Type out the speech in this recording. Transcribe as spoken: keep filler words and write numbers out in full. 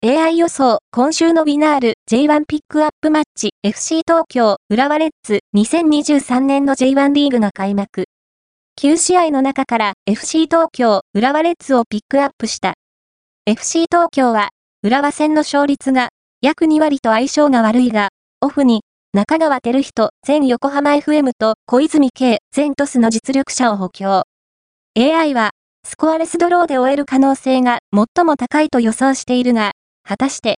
エーアイ 予想、今週のビナール ジェイワン ピックアップマッチ エフシー 東京、浦和レッズにせんにじゅうさんねんの ジェイワン リーグが開幕。きゅう試合の中から エフシー 東京、浦和レッズをピックアップした。エフシー 東京は、浦和戦の勝率が約に割と相性が悪いが、オフに中川照人前横浜 エフエム と小泉慶前トスの実力者を補強。エーアイ は、スコアレスドローで終える可能性が最も高いと予想しているが、果たして